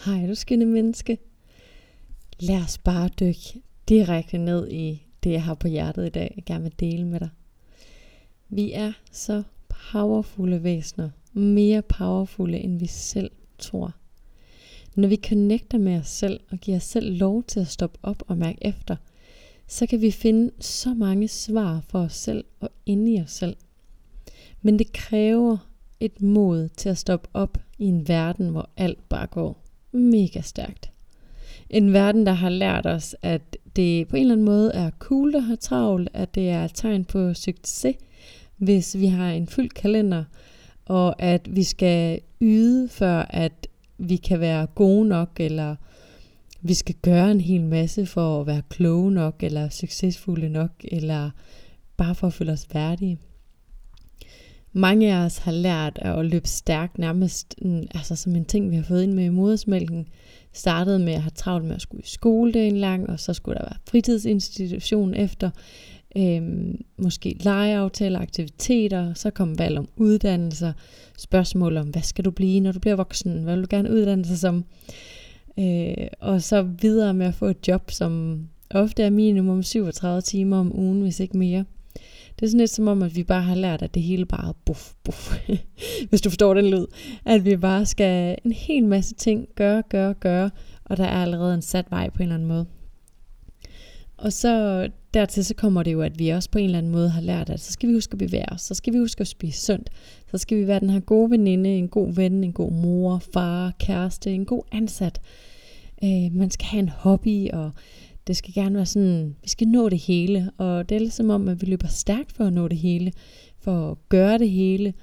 Hej du skønne menneske. Lad os bare dykke direkte ned i det jeg har på hjertet i dag, jeg gerne vil dele med dig. Vi er så powerfulde væsener, mere powerfulde end vi selv tror. Når vi connecter med os selv og giver os selv lov til at stoppe op og mærke efter, så kan vi finde så mange svar for os selv og inde i os selv. Men det kræver et mod til at stoppe op i en verden, hvor alt bare går mega stærkt. En verden, der har lært os, at det på en eller anden måde er cool at have travlt, at det er et tegn på succes, hvis vi har en fyldt kalender, og at vi skal yde, før at vi kan være gode nok, eller vi skal gøre en hel masse for at være kloge nok, eller succesfulde nok, eller bare for at føle os værdige. Mange af os har lært at løbe stærkt nærmest som en ting, vi har fået ind med i modersmælken. Startede med at have travlt med at skulle i skole dagen lang, og så skulle der være fritidsinstitution efter. Måske legeaftaler, aktiviteter, så kom valg om uddannelser, spørgsmål om, hvad skal du blive, når du bliver voksen, hvad vil du gerne uddanne sig som? Og så videre med at få et job, som ofte er minimum 37 timer om ugen, hvis ikke mere. Det er sådan lidt som om, at vi bare har lært, at det hele bare buff. Hvis du forstår den lyd. At vi bare skal en hel masse ting gøre, og der er allerede en sat vej på en eller anden måde. Og så dertil så kommer det jo, at vi også på en eller anden måde har lært, at så skal vi huske at bevæge os, så skal vi huske at spise sundt, så skal vi være den her gode veninde, en god ven, en god mor, far, kæreste, en god ansat. Man skal have en hobby, og det skal gerne være sådan, vi skal nå det hele, og det er ligesom om, at vi løber stærkt for at nå det hele, for at gøre det hele.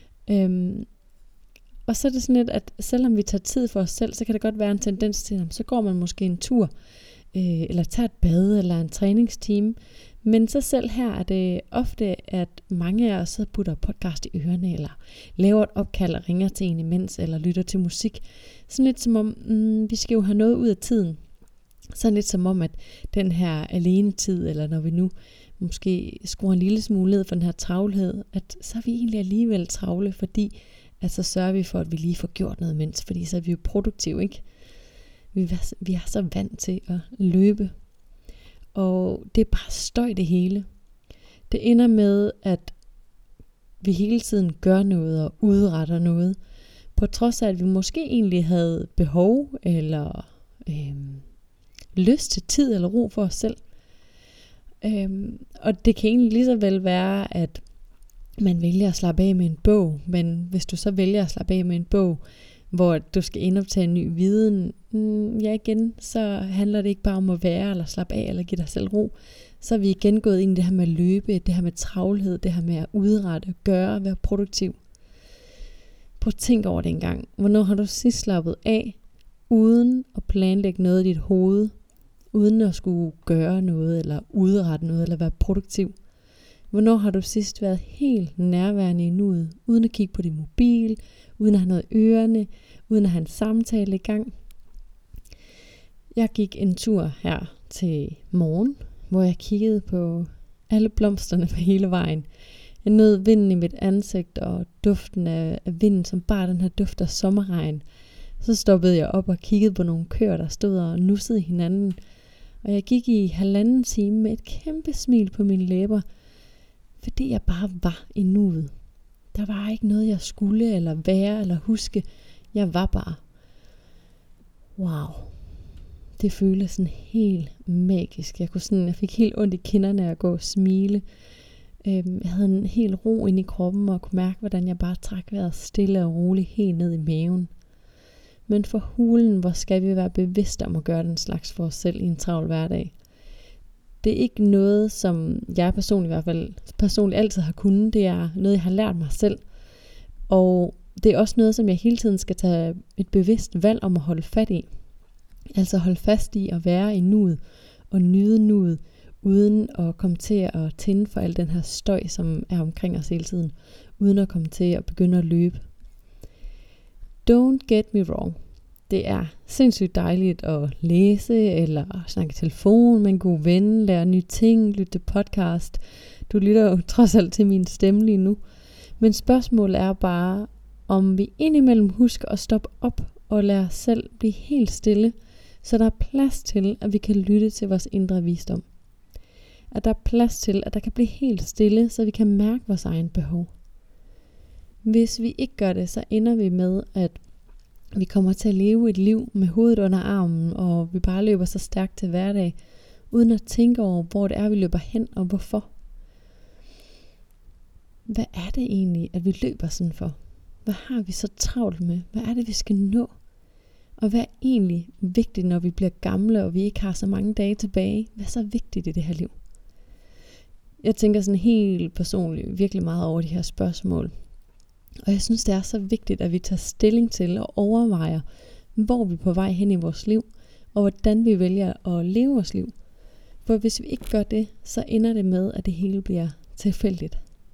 Og så er det sådan lidt, at selvom vi tager tid for os selv, så kan det godt være en tendens til, at så går man måske en tur, eller tager et bad, eller en træningsteam. Men så selv her er det ofte, at mange af os så putter podcast i ørerne, eller laver et opkald og ringer til en imens, eller lytter til musik. Sådan lidt som om, vi skal jo have noget ud af tiden. Sådan lidt som om, at den her alenetid, eller når vi nu måske skruer en lille smule ned for den her travlhed, at så er vi egentlig alligevel travle, fordi at så sørger vi for, at vi lige får gjort noget imens, fordi så er vi jo produktive, ikke? Vi er så vant til at løbe, og det er bare støj det hele. Det ender med, at vi hele tiden gør noget og udretter noget, på trods af, at vi måske egentlig havde behov, eller lyst til tid eller ro for os selv. Og det kan egentlig lige så vel være, at man vælger at slappe af med en bog, men hvis du så vælger at slappe af med en bog, hvor du skal indoptage en ny viden, igen, så handler det ikke bare om at være, eller slappe af, eller give dig selv ro. Så er vi igen gået ind i det her med at løbe, det her med travlhed, det her med at udrette, gøre, være produktiv. Prøv at tænke over det engang. Hvornår har du sidst slappet af, uden at planlægge noget i dit hoved, uden at skulle gøre noget, eller udrette noget, eller være produktiv? Hvornår har du sidst været helt nærværende i nuet, uden at kigge på din mobil, uden at have noget i ørerne, uden at have en samtale i gang? Jeg gik en tur her til morgen, hvor jeg kiggede på alle blomsterne på hele vejen. Jeg nød vinden i mit ansigt og duften af vinden, som bare den her duft af sommerregn. Så stoppede jeg op og kiggede på nogle køer, der stod og nussede hinanden. Og jeg gik i 1,5 time med et kæmpe smil på mine læber, fordi jeg bare var i nuet. Der var ikke noget, jeg skulle eller være eller huske. Jeg var bare. Wow. Det føltes sådan helt magisk. Jeg fik helt ondt i kinderne af at gå og smile. Jeg havde en helt ro inde i kroppen og kunne mærke, hvordan jeg bare trak vejret stille og roligt helt ned i maven. Men for hulen, hvor skal vi være bevidste om at gøre den slags for os selv i en travl hverdag? Det er ikke noget, som jeg personligt altid har kunnet. Det er noget, jeg har lært mig selv. Og det er også noget, som jeg hele tiden skal tage et bevidst valg om at holde fat i. Altså holde fast i at være i nuet og nyde nuet, uden at komme til at tænde for al den her støj, som er omkring os hele tiden. Uden at komme til at begynde at løbe. Don't get me wrong. Det er sindssygt dejligt at læse, eller snakke i telefon med en god ven, lære nye ting, lytte til podcast. Du lytter jo trods alt til min stemme lige nu. Men spørgsmålet er bare, om vi indimellem husker at stoppe op at lade os selv blive helt stille, så der er plads til, at vi kan lytte til vores indre visdom. At der er plads til, at der kan blive helt stille, så vi kan mærke vores egen behov. Hvis vi ikke gør det, så ender vi med, at vi kommer til at leve et liv med hovedet under armen, og vi bare løber så stærkt til hverdag, uden at tænke over, hvor det er, vi løber hen, og hvorfor. Hvad er det egentlig, at vi løber sådan for? Hvad har vi så travlt med? Hvad er det, vi skal nå? Og hvad er egentlig vigtigt, når vi bliver gamle, og vi ikke har så mange dage tilbage? Hvad er så vigtigt i det her liv? Jeg tænker sådan helt personligt virkelig meget over de her spørgsmål. Og jeg synes, det er så vigtigt, at vi tager stilling til og overvejer, hvor vi er på vej hen i vores liv, og hvordan vi vælger at leve vores liv. For hvis vi ikke gør det, så ender det med, at det hele bliver tilfældigt.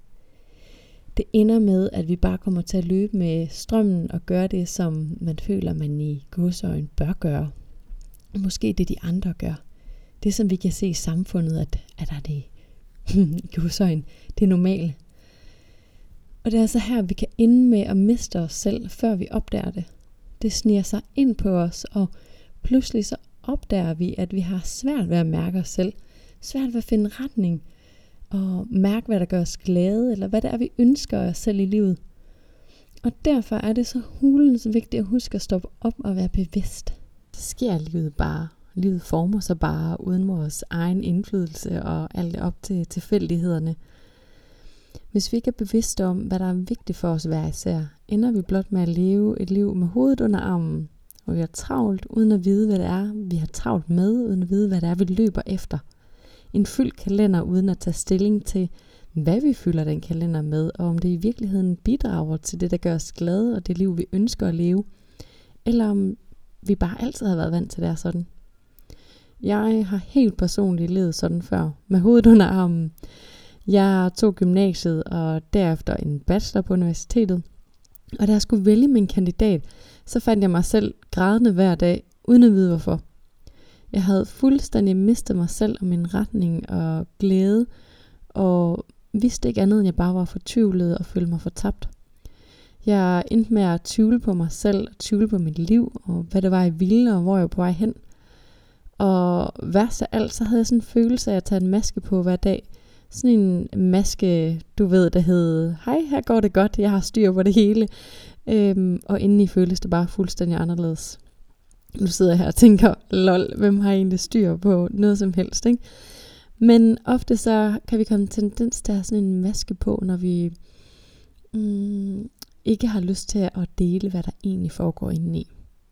Det ender med, at vi bare kommer til at løbe med strømmen og gøre det, som man føler, man i gåseøjne bør gøre. Måske det, de andre gør. Det, som vi kan se i samfundet, at er det i gåseøjne, det er normalt. Og det er altså her, vi kan ende med at miste os selv, før vi opdager det. Det sniger sig ind på os, og pludselig så opdager vi, at vi har svært ved at mærke os selv. Svært ved at finde retning, og mærke, hvad der gør os glade, eller hvad det er, vi ønsker os selv i livet. Og derfor er det så hulens vigtigt at huske at stoppe op og være bevidst. Så sker livet bare. Livet former sig bare uden vores egen indflydelse og alt det op til tilfældighederne. Hvis vi ikke er bevidste om, hvad der er vigtigt for os hver især, ender vi blot med at leve et liv med hovedet under armen, hvor vi har travlt uden at vide, hvad det er, vi har travlt med, uden at vide, hvad det er, vi løber efter. En fyldt kalender uden at tage stilling til, hvad vi fylder den kalender med, og om det i virkeligheden bidrager til det, der gør os glade, og det liv, vi ønsker at leve, eller om vi bare altid har været vant til det er sådan. Jeg har helt personligt levet sådan før, med hovedet under armen. Jeg tog gymnasiet og derefter en bachelor på universitetet. Og da jeg skulle vælge min kandidat, så fandt jeg mig selv grædende hver dag, uden at vide hvorfor. Jeg havde fuldstændig mistet mig selv og min retning og glæde, og vidste ikke andet, end jeg bare var fortvivlet og følte mig fortabt. Jeg endte med at tvivle på mig selv, og tvivle på mit liv, og hvad det var, jeg ville, og hvor jeg var på vej hen. Og værst af alt, så havde jeg sådan en følelse af at tage en maske på hver dag. Sådan en maske, du ved, der hed, hej, her går det godt, jeg har styr på det hele. Og indeni føles det bare fuldstændig anderledes. Nu sidder jeg her og tænker, lol, hvem har egentlig styr på noget som helst, ikke? Men ofte så kan vi komme tendens til at have sådan en maske på, når vi ikke har lyst til at dele, hvad der egentlig foregår indeni.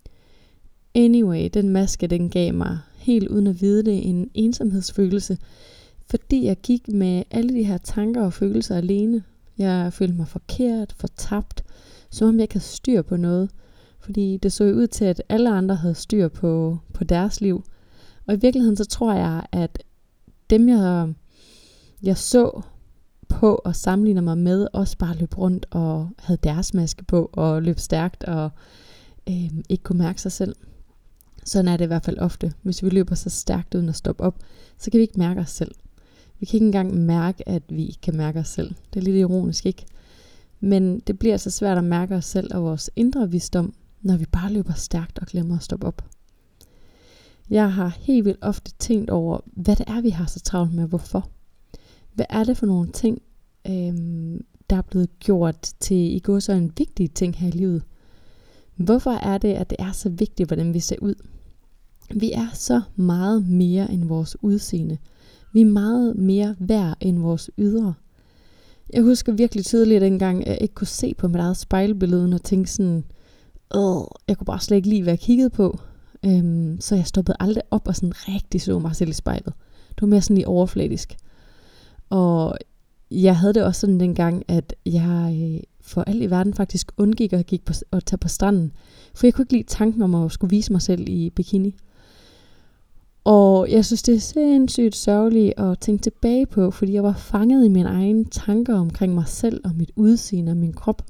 Anyway, den maske, den gav mig helt uden at vide det en ensomhedsfølelse, fordi jeg gik med alle de her tanker og følelser alene. Jeg følte mig forkert, fortabt, som om jeg ikke havde styr på noget. Fordi det så ud til, at alle andre havde styr på deres liv. Og i virkeligheden så tror jeg, at dem jeg så på og sammenligner mig med, også bare løb rundt og havde deres maske på og løb stærkt og ikke kunne mærke sig selv. Sådan er det i hvert fald ofte. Hvis vi løber så stærkt uden at stoppe op, så kan vi ikke mærke os selv. Vi kan ikke engang mærke, at vi ikke kan mærke os selv. Det er lidt ironisk, ikke? Men det bliver så svært at mærke os selv og vores indre visdom, når vi bare løber stærkt og glemmer at stoppe op. Jeg har helt vildt ofte tænkt over, hvad det er, vi har så travlt med, hvorfor. Hvad er det for nogle ting, der er blevet gjort til i går så en vigtige ting her i livet? Hvorfor er det, at det er så vigtigt, hvordan vi ser ud? Vi er så meget mere end vores udseende. Vi er meget mere værd end vores ydre. Jeg husker virkelig tydeligt dengang, at jeg ikke kunne se på mit eget spejlbillede og tænke sådan, jeg kunne bare slet ikke lide, hvad jeg kiggede på. Så jeg stoppede aldrig op og sådan rigtig så mig selv i spejlet. Det var mere sådan lige overfladisk. Og jeg havde det også sådan dengang, at jeg for alt i verden faktisk undgik at tage på stranden. For jeg kunne ikke lide tanken om at skulle vise mig selv i bikini. Og jeg synes, det er sindssygt sørgeligt at tænke tilbage på, fordi jeg var fanget i mine egne tanker omkring mig selv og mit udseende og min krop.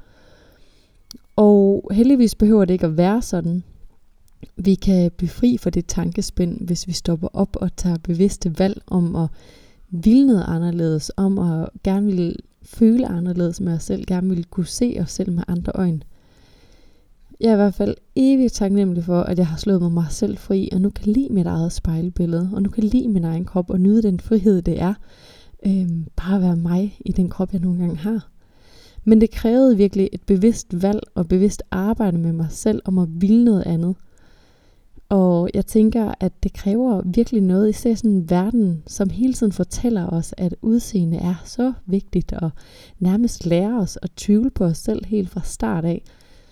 Og heldigvis behøver det ikke at være sådan. Vi kan blive fri for det tankespind, hvis vi stopper op og tager bevidste valg om at ville noget anderledes, om at gerne ville føle anderledes med os selv, gerne ville kunne se os selv med andre øjne. Jeg er i hvert fald evigt taknemmelig for, at jeg har slået mig selv fri, og nu kan lide mit eget spejlbillede, og nu kan lide min egen krop, og nyde den frihed, det er. Bare at være mig i den krop, jeg nogle gange har. Men det krævede virkelig et bevidst valg, og bevidst arbejde med mig selv, om at ville noget andet. Og jeg tænker, at det kræver virkelig noget, især sådan en verden, som hele tiden fortæller os, at udseende er så vigtigt, og nærmest lærer os at tvivle på os selv helt fra start af.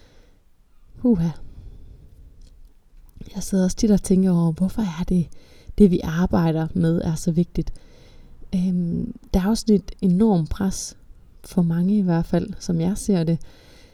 Jeg sidder også tit og tænker over, hvorfor er det vi arbejder med, er så vigtigt. Der er også et enormt pres, for mange i hvert fald, som jeg ser det,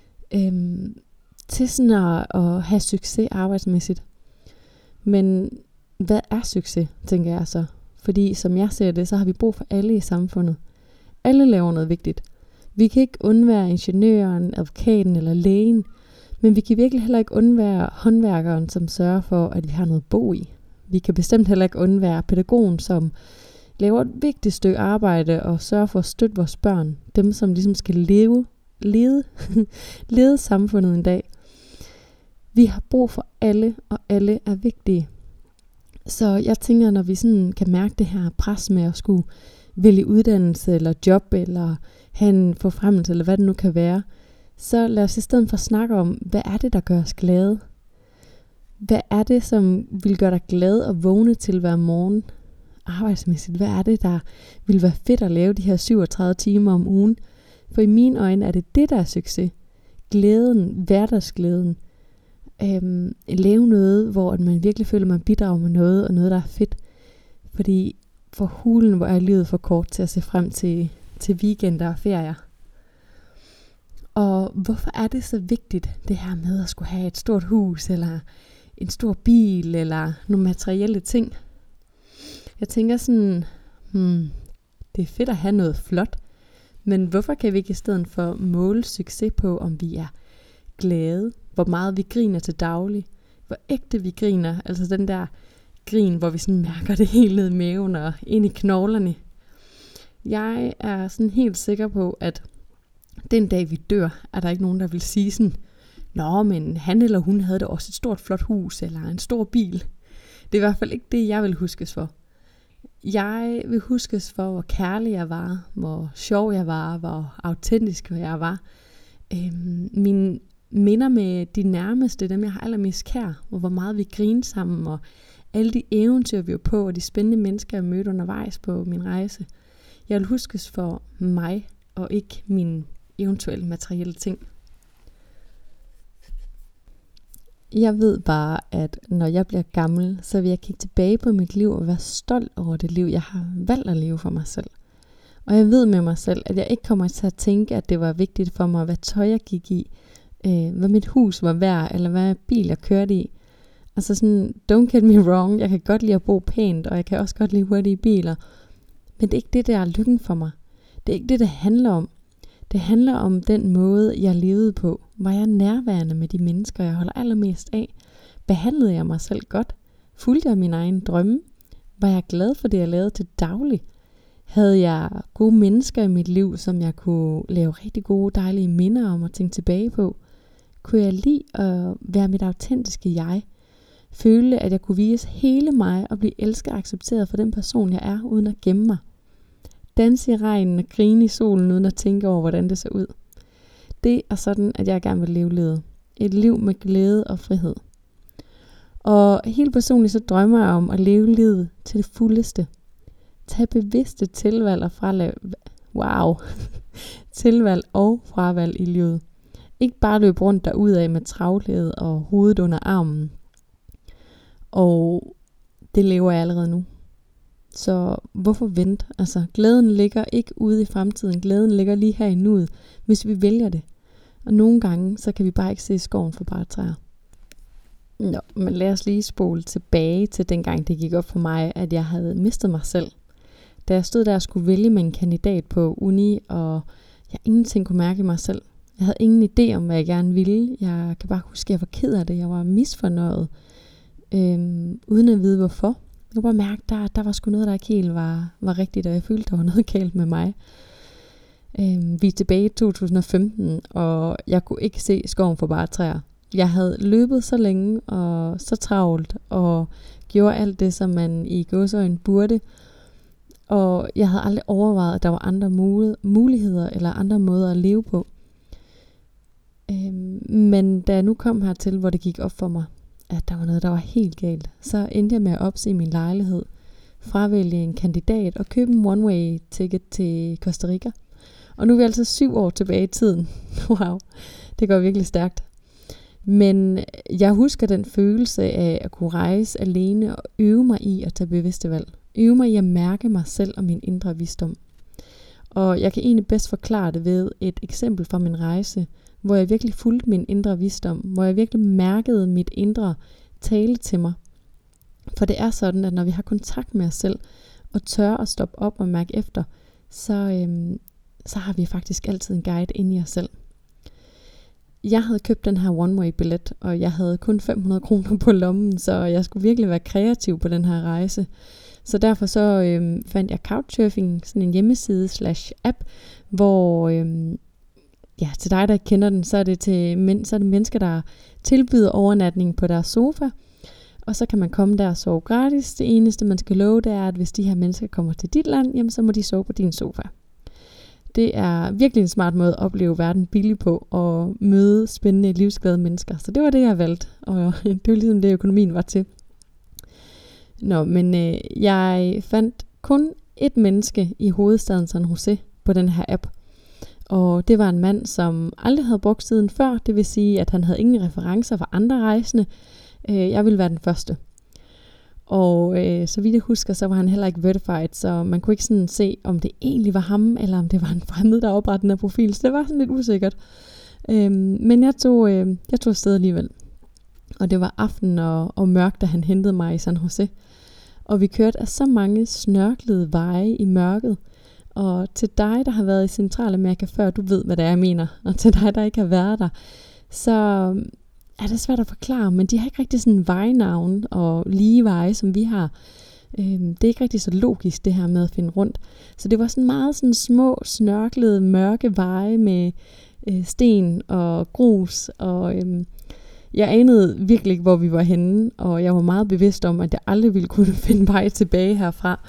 til sådan at have succes arbejdsmæssigt. Men hvad er succes, tænker jeg så? Fordi som jeg ser det, så har vi brug for alle i samfundet. Alle laver noget vigtigt. Vi kan ikke undvære ingeniøren, advokaten eller lægen, men vi kan virkelig heller ikke undvære håndværkeren, som sørger for, at vi har noget at bo i. Vi kan bestemt heller ikke undvære pædagogen, som laver et vigtigt stykke arbejde og sørger for at støtte vores børn. Dem, som ligesom skal lede samfundet en dag. Vi har brug for alle, og alle er vigtige. Så jeg tænker, når vi sådan kan mærke det her pres med at skulle vælge uddannelse eller job, eller have en forfremmelse, eller hvad det nu kan være, så lad os i stedet for snakke om, hvad er det, der gør os glade? Hvad er det, som vil gøre dig glad og vågne til hver morgen arbejdsmæssigt? Hvad er det, der vil være fedt at lave de her 37 timer om ugen? For i mine øjne er det der er succes. Glæden, hverdagsglæden. Lave noget, hvor man virkelig føler, at man bidrager med noget, og noget, der er fedt. Fordi for hulen, hvor er livet for kort til at se frem til weekender og ferier. Og hvorfor er det så vigtigt, det her med at skulle have et stort hus, eller en stor bil, eller nogle materielle ting? Jeg tænker sådan, det er fedt at have noget flot, men hvorfor kan vi ikke i stedet for måle succes på, om vi er glade, hvor meget vi griner til daglig, hvor ægte vi griner, altså den der grin, hvor vi sådan mærker det helt ned i maven og ind i knoglerne. Jeg er sådan helt sikker på, at den dag vi dør, er der ikke nogen, der vil sige sådan, nå, men han eller hun havde da også et stort flot hus, eller en stor bil. Det er i hvert fald ikke det, jeg vil huskes for. Jeg vil huskes for, hvor kærlig jeg var, hvor sjov jeg var, hvor autentisk jeg var. Mine minder med de nærmeste, dem jeg har allermest kær, og hvor meget vi griner sammen, og alle de eventyr vi var på, og de spændende mennesker jeg mødte undervejs på min rejse. Jeg vil huskes for mig, og ikke mine eventuelle materielle ting. Jeg ved bare, at når jeg bliver gammel, så vil jeg kigge tilbage på mit liv og være stolt over det liv, jeg har valgt at leve for mig selv. Og jeg ved med mig selv, at jeg ikke kommer til at tænke, at det var vigtigt for mig, hvad tøj jeg gik i, hvad mit hus var værd, eller hvad bil jeg kørte i. Altså sådan, don't get me wrong, jeg kan godt lide at bo pænt, og jeg kan også godt lide hurtige biler. Men det er ikke det, der er lykken for mig. Det er ikke det, det handler om. Det handler om den måde, jeg levede på. Var jeg nærværende med de mennesker, jeg holder allermest af? Behandlede jeg mig selv godt? Fulgte jeg mine egne drømme? Var jeg glad for det, jeg lavede til daglig? Havde jeg gode mennesker i mit liv, som jeg kunne lave rigtig gode, dejlige minder om at tænke tilbage på? Kunne jeg lide at være mit autentiske jeg? Føle, at jeg kunne vise hele mig og blive elsket og accepteret for den person, jeg er, uden at gemme mig? Danse i regnen og grine i solen, uden at tænke over, hvordan det ser ud. Det er sådan, at jeg gerne vil leve livet. Et liv med glæde og frihed. Og helt personligt så drømmer jeg om at leve livet til det fuldeste. Tag bevidste tilvalg og tilvalg og fravalg i livet. Ikke bare løbe rundt derudad med travlhed og hovedet under armen. Og det lever jeg allerede nu. Så hvorfor vente? Altså, glæden ligger ikke ude i fremtiden. Glæden ligger lige her i nuet, hvis vi vælger det. Og nogle gange, så kan vi bare ikke se skoven for bare træer. Nå, men lad os lige spole tilbage til dengang det gik op for mig, at jeg havde mistet mig selv. Da jeg stod der og skulle vælge med en kandidat på uni, og jeg ingenting kunne mærke i mig selv. Jeg havde ingen idé om, hvad jeg gerne ville. Jeg kan bare huske, at jeg var ked af det. Jeg var misfornøjet, uden at vide hvorfor. Jeg kunne bare mærke, at der var sgu noget, der ikke helt var rigtigt, og jeg følte, der var noget galt med mig. Vi er tilbage i 2015, og jeg kunne ikke se skoven for bare træer. Jeg havde løbet så længe og så travlt og gjorde alt det, som man i gåseøjne burde. Og jeg havde aldrig overvejet, at der var andre muligheder eller andre måder at leve på. Men da jeg nu kom hertil, hvor det gik op for mig, at der var noget, der var helt galt, så endte jeg med at opsige min lejlighed, fravælge en kandidat og købe en one-way ticket til Costa Rica. Og nu er vi altså 7 år tilbage i tiden. Wow, det går virkelig stærkt. Men jeg husker den følelse af at kunne rejse alene og øve mig i at tage bevidste valg. Øve mig i at mærke mig selv og min indre visdom. Og jeg kan egentlig bedst forklare det ved et eksempel fra min rejse, hvor jeg virkelig fulgte min indre visdom, hvor jeg virkelig mærkede mit indre tale til mig. For det er sådan, at når vi har kontakt med os selv, og tør at stoppe op og mærke efter, så har vi faktisk altid en guide inde i os selv. Jeg havde købt den her one-way billet, og jeg havde kun 500 kroner på lommen, så jeg skulle virkelig være kreativ på den her rejse. Så derfor så fandt jeg Couchsurfing, sådan en hjemmeside /app, hvor til dig, der ikke kender den, så er det mennesker, der tilbyder overnatning på deres sofa. Og så kan man komme der og sove gratis. Det eneste, man skal love, det er, at hvis de her mennesker kommer til dit land, jamen, så må de sove på din sofa. Det er virkelig en smart måde at opleve verden billigt på og møde spændende, livsglade mennesker. Så det var det, jeg valgte, og det var ligesom det, økonomien var til. Men jeg fandt kun et menneske i hovedstaden San Jose på den her app. Og det var en mand, som aldrig havde brugt siden før. Det vil sige, at han havde ingen referencer fra andre rejsende. Jeg ville være den første. Og så vidt jeg husker, så var han heller ikke verified, så man kunne ikke sådan se, om det egentlig var ham, eller om det var en fremmed, der oprettede den her profil. Så det var sådan lidt usikkert. Men jeg tog afsted alligevel. Og det var aften og mørkt, da han hentede mig i San Jose. Og vi kørte af så mange snørklede veje i mørket. Og til dig, der har været i Centralamerika før, du ved, hvad det er, jeg mener. Og til dig, der ikke har været der, så er det svært at forklare. Men de har ikke rigtig sådan vejnavn og lige veje, som vi har. Det er ikke rigtig så logisk, det her med at finde rundt. Så det var sådan meget sådan små, snørklede, mørke veje med sten og grus. Og jeg anede virkelig ikke, hvor vi var henne. Og jeg var meget bevidst om, at jeg aldrig ville kunne finde vej tilbage herfra.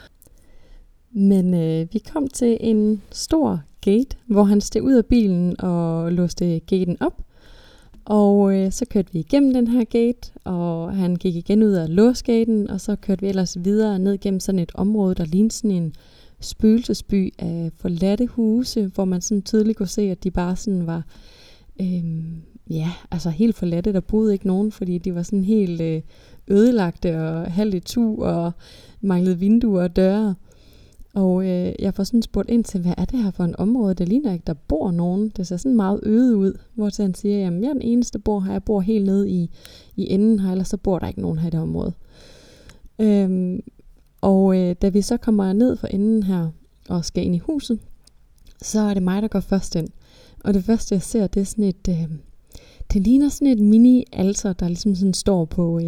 Men vi kom til en stor gate, hvor han steg ud af bilen og låste gaten op. Og så kørte vi igennem den her gate, og han gik igen ud af låsgaten, og så kørte vi ellers videre ned gennem sådan et område, der lignede sådan en spøgelsesby af forladte huse, hvor man sådan tydeligt kunne se, at de bare sådan var helt forladte. Der boede ikke nogen, fordi de var sådan helt ødelagte og halvt i tu og manglede vinduer og døre. Og jeg får sådan spurgt ind til, hvad er det her for en område? Det ligner ikke, der bor nogen. Det ser sådan meget øde ud, hvor han siger, jamen jeg er den eneste, der bor her. Jeg bor helt nede i enden her, ellers så bor der ikke nogen her i det område. Da vi så kommer ned fra enden her og skal ind i huset, så er det mig, der går først ind. Og det første, jeg ser, det er sådan et, det ligner sådan et mini-alter, der ligesom sådan står på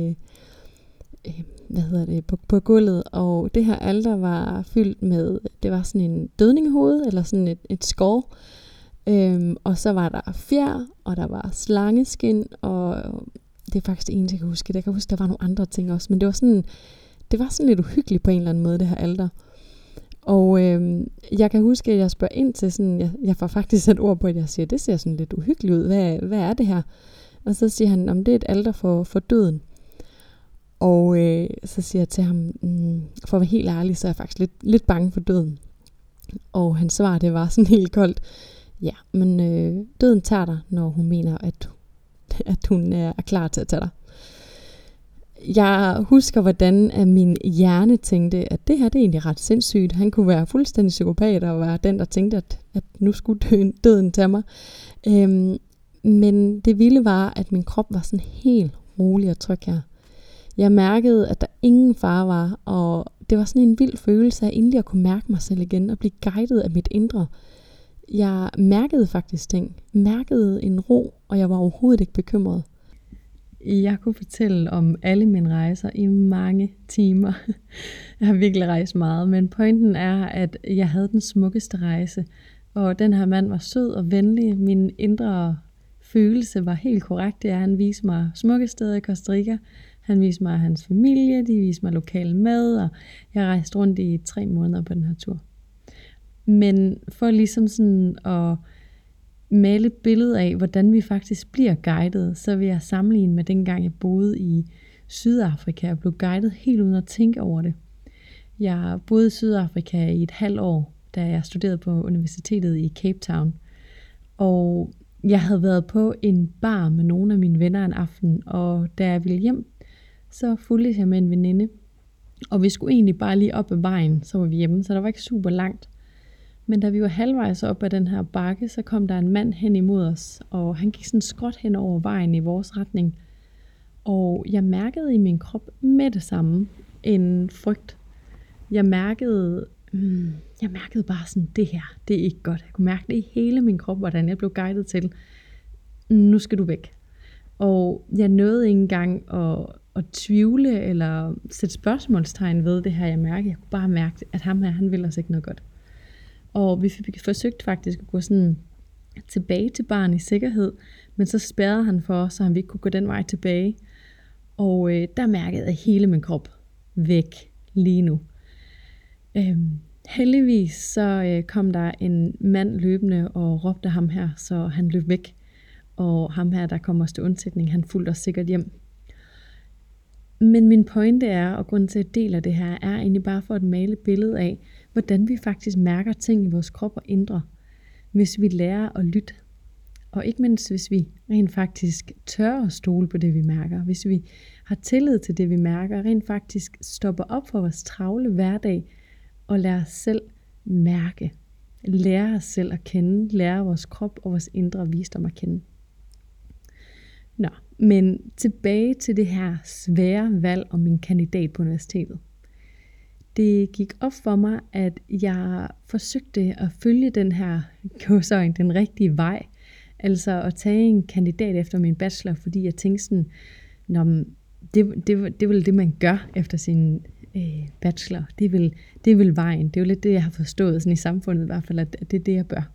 på gulvet, og det her alter var fyldt med, det var sådan en dødningehoved, eller sådan et skår, og så var der fjer, og der var slangeskin, og det er faktisk det eneste, jeg kan huske. Jeg kan huske, der var nogle andre ting også, men det var sådan lidt uhyggeligt på en eller anden måde, det her alter. Og jeg kan huske, at jeg spørger ind til sådan, jeg får faktisk et ord på, at jeg siger, det ser sådan lidt uhyggeligt ud, hvad er det her? Og så siger han, om det er et alter for døden. Og så siger jeg til ham, for at være helt ærlig, så er jeg faktisk lidt bange for døden. Og hans svar, det var sådan helt koldt. Ja, men døden tager dig, når hun mener, at hun er klar til at tage dig. Jeg husker, hvordan min hjerne tænkte, at det her det er egentlig ret sindssygt. Han kunne være fuldstændig psykopat og være den, der tænkte, at nu skulle døden tage mig. Men det vilde var, at min krop var sådan helt rolig og tryg her. Jeg mærkede, at der ingen fare var, og det var sådan en vild følelse af endelig at kunne mærke mig selv igen og blive guidet af mit indre. Jeg mærkede faktisk ting, mærkede en ro, og jeg var overhovedet ikke bekymret. Jeg kunne fortælle om alle mine rejser i mange timer. Jeg har virkelig rejst meget, men pointen er, at jeg havde den smukkeste rejse, og den her mand var sød og venlig. Min indre følelse var helt korrekt. Det er, at han viste mig smukke steder i Costa Rica. Han viste mig hans familie, de viste mig lokal mad, og jeg rejste rundt i 3 måneder på den her tur. Men for ligesom sådan at male et billede af, hvordan vi faktisk bliver guidet, så vil jeg sammenligne med dengang, jeg boede i Sydafrika. Jeg blev guidet helt uden at tænke over det. Jeg boede i Sydafrika i et halvt år, da jeg studerede på universitetet i Cape Town. Og jeg havde været på en bar med nogle af mine venner en aften, og da jeg ville hjem, så fulgte jeg med en veninde. Og vi skulle egentlig bare lige op ad vejen, så var vi hjemme, så der var ikke super langt. Men da vi var halvvejs op ad den her bakke, så kom der en mand hen imod os, og han gik sådan skråt hen over vejen i vores retning. Og jeg mærkede i min krop med det samme en frygt. Jeg mærkede bare sådan, det her, det er ikke godt. Jeg kunne mærke det i hele min krop, hvordan jeg blev guidet til, nu skal du væk. Og jeg nåede ikke engang at tvivle eller sætte spørgsmålstegn ved det her, jeg mærkede. Jeg kunne bare mærke, at ham her, han ville os ikke noget godt. Og vi forsøgte faktisk at gå sådan tilbage til baren i sikkerhed, men så spærrede han for os, så han ikke kunne gå den vej tilbage. Og der mærkede jeg hele min krop væk lige nu. Heldigvis så kom der en mand løbende og råbte ham her, så han løb væk. Og ham her, der kom os til undsætning, han fulgte os sikkert hjem. Men min pointe er, og grunden til at dele det her, er egentlig bare for at male et billede af, hvordan vi faktisk mærker ting i vores krop og indre, hvis vi lærer at lytte. Og ikke mindst, hvis vi rent faktisk tør at stole på det, vi mærker. Hvis vi har tillid til det, vi mærker, rent faktisk stopper op for vores travle hverdag og lærer os selv mærke. Lærer os selv at kende, lærer vores krop og vores indre visdom at kende. Nå, men tilbage til det her svære valg om min kandidat på universitetet. Det gik op for mig, at jeg forsøgte at følge den her den rigtige vej. Altså at tage en kandidat efter min bachelor, fordi jeg tænkte sådan, det er vel det, man gør efter sin bachelor. Det er vel vejen. Det er jo lidt det, jeg har forstået sådan i samfundet i hvert fald, at det er det, jeg bør.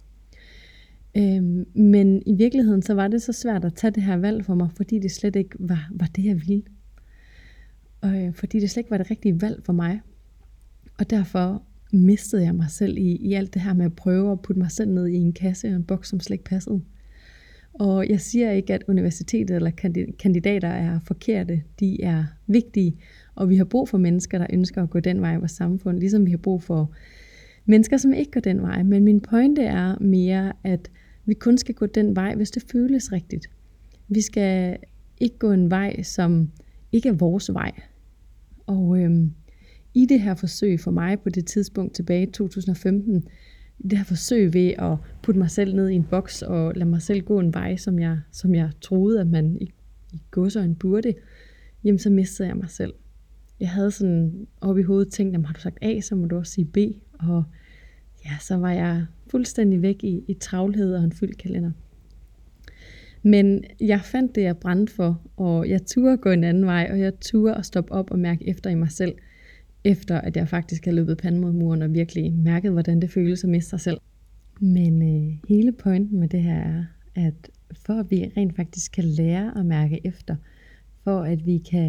Men i virkeligheden, så var det så svært at tage det her valg for mig, fordi det slet ikke var det, jeg ville. Og fordi det slet ikke var det rigtige valg for mig. Og derfor mistede jeg mig selv i alt det her med at prøve at putte mig selv ned i en kasse og en boks, som slet ikke passede. Og jeg siger ikke, at universitetet eller kandidater er forkerte. De er vigtige, og vi har brug for mennesker, der ønsker at gå den vej i vores samfund, ligesom vi har brug for mennesker, som ikke går den vej. Men min pointe er mere, at vi kun skal gå den vej, hvis det føles rigtigt. Vi skal ikke gå en vej, som ikke er vores vej. Og i det her forsøg for mig på det tidspunkt tilbage i 2015, det her forsøg ved at putte mig selv ned i en boks og lade mig selv gå en vej, som jeg troede, at man i gåseøjne burde, jamen så mistede jeg mig selv. Jeg havde sådan oppe i hovedet tænkt, jamen har du sagt A, så må du også sige B. Og ja, så var jeg fuldstændig væk i travlhed og en fyldt kalender. Men jeg fandt det, jeg brændte for, og jeg turde gå en anden vej, og jeg turde at stoppe op og mærke efter i mig selv, efter at jeg faktisk havde løbet panden mod muren og virkelig mærket, hvordan det føles at miste sig selv. Men hele pointen med det her er, at for at vi rent faktisk kan lære at mærke efter, for at vi kan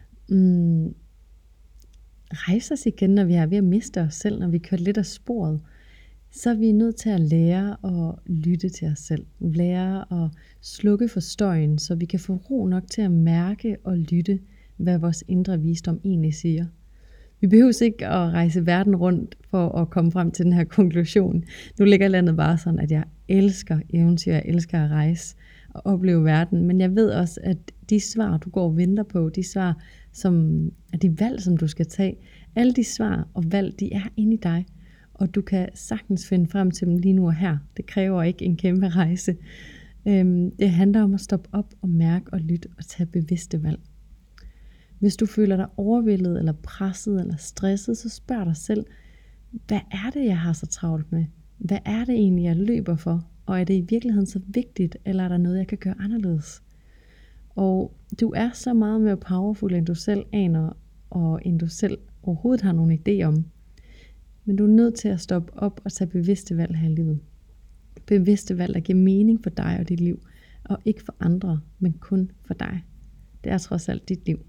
rejse os igen, når vi er ved at miste os selv, når vi kører lidt af sporet, så er vi nødt til at lære at lytte til os selv. Lære at slukke for støjen, så vi kan få ro nok til at mærke og lytte, hvad vores indre visdom egentlig siger. Vi behøver ikke at rejse verden rundt for at komme frem til den her konklusion. Nu ligger landet bare sådan, at jeg elsker eventyr, jeg elsker at rejse og opleve verden. Men jeg ved også, at de svar, du går og venter på, de svar, som er de valg, som du skal tage, alle de svar og valg, de er inde i dig. Og du kan sagtens finde frem til dem lige nu og her. Det kræver ikke en kæmpe rejse. Det handler om at stoppe op og mærke og lytte og tage bevidste valg. Hvis du føler dig overvældet eller presset eller stresset, så spørg dig selv, hvad er det, jeg har så travlt med? Hvad er det egentlig, jeg løber for? Og er det i virkeligheden så vigtigt, eller er der noget, jeg kan gøre anderledes? Og du er så meget mere powerful, end du selv aner, og end du selv overhovedet har nogen idé om. Men du er nødt til at stoppe op og tage bevidste valg her i livet. Bevidste valg, der giver mening for dig og dit liv. og ikke for andre, men kun for dig. Det er trods alt dit liv.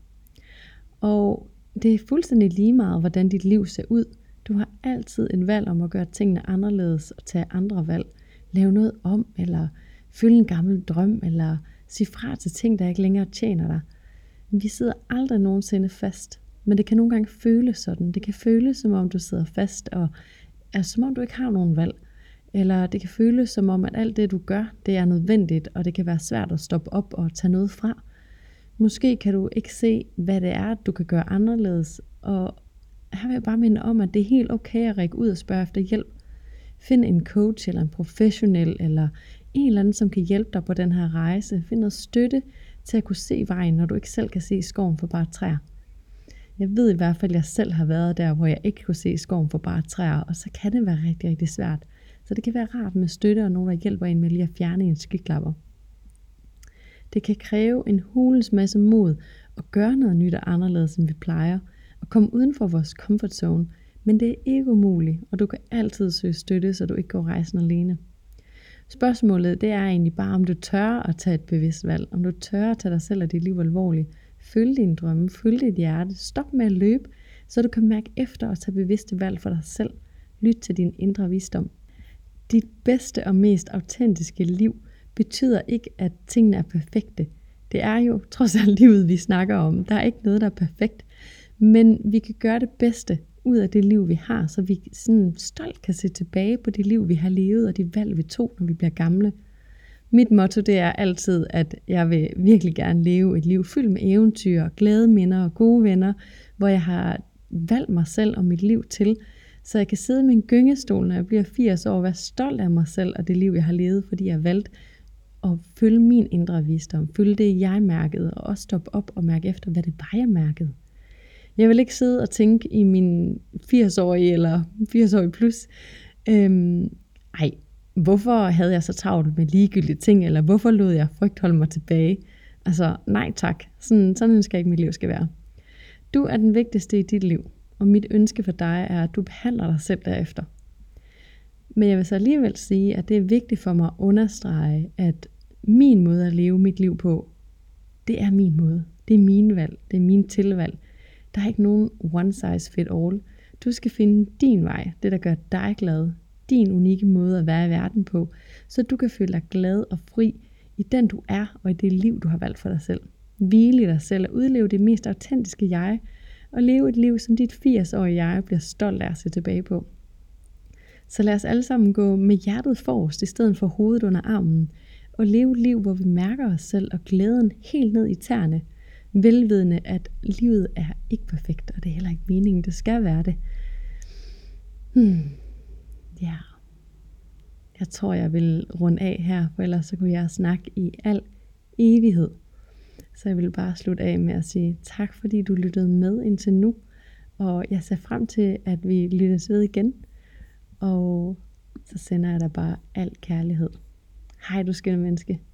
Og det er fuldstændig lige meget, hvordan dit liv ser ud. Du har altid et valg om at gøre tingene anderledes og tage andre valg. Lave noget om, eller følge en gammel drøm, eller sige fra til ting, der ikke længere tjener dig. Vi sidder aldrig nogensinde fast, men det kan nogle gange føles sådan. Det kan føles, som om du sidder fast, og som om du ikke har nogen valg. Eller det kan føles, som om at alt det, du gør, det er nødvendigt, og det kan være svært at stoppe op og tage noget fra. Måske kan du ikke se, hvad det er, du kan gøre anderledes, og her vil jeg bare minde om, at det er helt okay at række ud og spørge efter hjælp. Find en coach eller en professionel, eller en eller anden, som kan hjælpe dig på den her rejse. Find noget støtte til at kunne se vejen, når du ikke selv kan se skoven for bare træer. Jeg ved i hvert fald, at jeg selv har været der, hvor jeg ikke kunne se skoven for bare træer, og så kan det være rigtig, rigtig svært. Så det kan være rart med støtte og nogen, der hjælper en med lige at fjerne en skyklapper. Det kan kræve en hulens masse mod at gøre noget nyt og anderledes, end vi plejer, og komme uden for vores comfort zone, men det er ikke umuligt, og du kan altid søge støtte, så du ikke går rejsen alene. Spørgsmålet det er egentlig bare, om du tør at tage et bevidst valg, om du tør at tage dig selv og dit liv alvorligt. Følg din drømme, følg dit hjerte, stop med at løbe, så du kan mærke efter og tage bevidste valg for dig selv. Lyt til din indre visdom. Dit bedste og mest autentiske liv betyder ikke, at tingene er perfekte. Det er jo trods alt livet, vi snakker om. Der er ikke noget, der er perfekt. Men vi kan gøre det bedste ud af det liv, vi har, så vi sådan stolt kan se tilbage på det liv, vi har levet, og de valg, vi tog, når vi bliver gamle. Mit motto det er altid, at jeg vil virkelig gerne leve et liv fyldt med eventyr, glade minder og gode venner, hvor jeg har valgt mig selv og mit liv til, så jeg kan sidde i min gyngestol, når jeg bliver 80 år, og være stolt af mig selv og det liv, jeg har levet, fordi jeg har valgt at følge min indre visdom, følge det, jeg mærkede, og også stoppe op og mærke efter, hvad det var, jeg mærkede. Jeg vil ikke sidde og tænke i min 80-årige eller 80-årige plus, hvorfor havde jeg så travlt med ligegyldige ting, eller hvorfor lod jeg frygt holde mig tilbage? Altså, nej tak. Sådan ønsker jeg ikke, mit liv skal være. Du er den vigtigste i dit liv, og mit ønske for dig er, at du behandler dig selv derefter. Men jeg vil så alligevel sige, at det er vigtigt for mig at understrege, at min måde at leve mit liv på, det er min måde. Det er mine valg. Det er mine tilvalg. Der er ikke nogen one size fit all. Du skal finde din vej, det der gør dig glad, din unikke måde at være i verden på, så du kan føle dig glad og fri i den du er, og i det liv du har valgt for dig selv. Hvile i dig selv og udleve det mest autentiske jeg, og leve et liv, som dit 80-årige jeg bliver stolt af at se tilbage på. Så lad os alle sammen gå med hjertet forrest, i stedet for hovedet under armen, og leve et liv, hvor vi mærker os selv og glæden helt ned i tæerne, velvidende, at livet er ikke perfekt, og det er heller ikke meningen, det skal være det. Ja. Jeg tror, jeg vil runde af her, for ellers så kunne jeg snakke i al evighed. Så jeg vil bare slutte af med at sige tak, fordi du lyttede med indtil nu, og jeg ser frem til, at vi lyttes ved igen, og så sender jeg dig bare al kærlighed. Hej du skønne menneske.